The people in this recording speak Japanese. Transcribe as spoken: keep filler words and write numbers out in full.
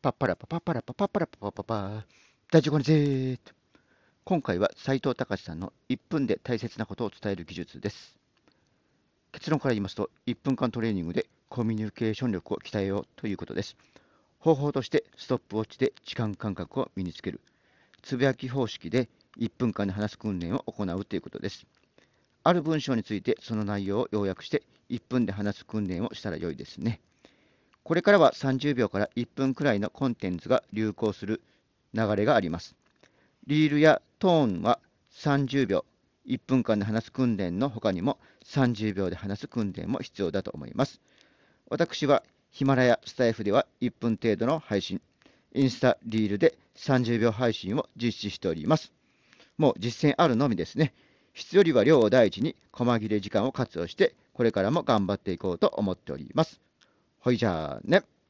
パッパラパパッパラパパッパラパパパパ大丈夫かねぜーと。今回は斉藤隆さんのいっぷんで大切なことを伝える技術です。結論から言いますと、いっぷんかんトレーニングでコミュニケーション力を鍛えようということです。方法としてストップウォッチで時間感覚を身につける。つぶやき方式でいっぷんかんで話す訓練を行うということです。ある文章についてその内容を要約していっぷんで話す訓練をしたら良いですね。これからはさんじゅうびょうからいっぷんくらいのコンテンツが流行する流れがあります。リールやトーンはさんじゅうびょう、いっぷんかんで話す訓練の他にもさんじゅうびょうで話す訓練も必要だと思います。私はヒマラヤスタイフではいっぷん程度の配信、インスタリールでさんじゅうびょう配信を実施しております。もう実践あるのみですね。質よりは量を第一に細切れ時間を活用して、これからも頑張っていこうと思っております。ほいじゃあね。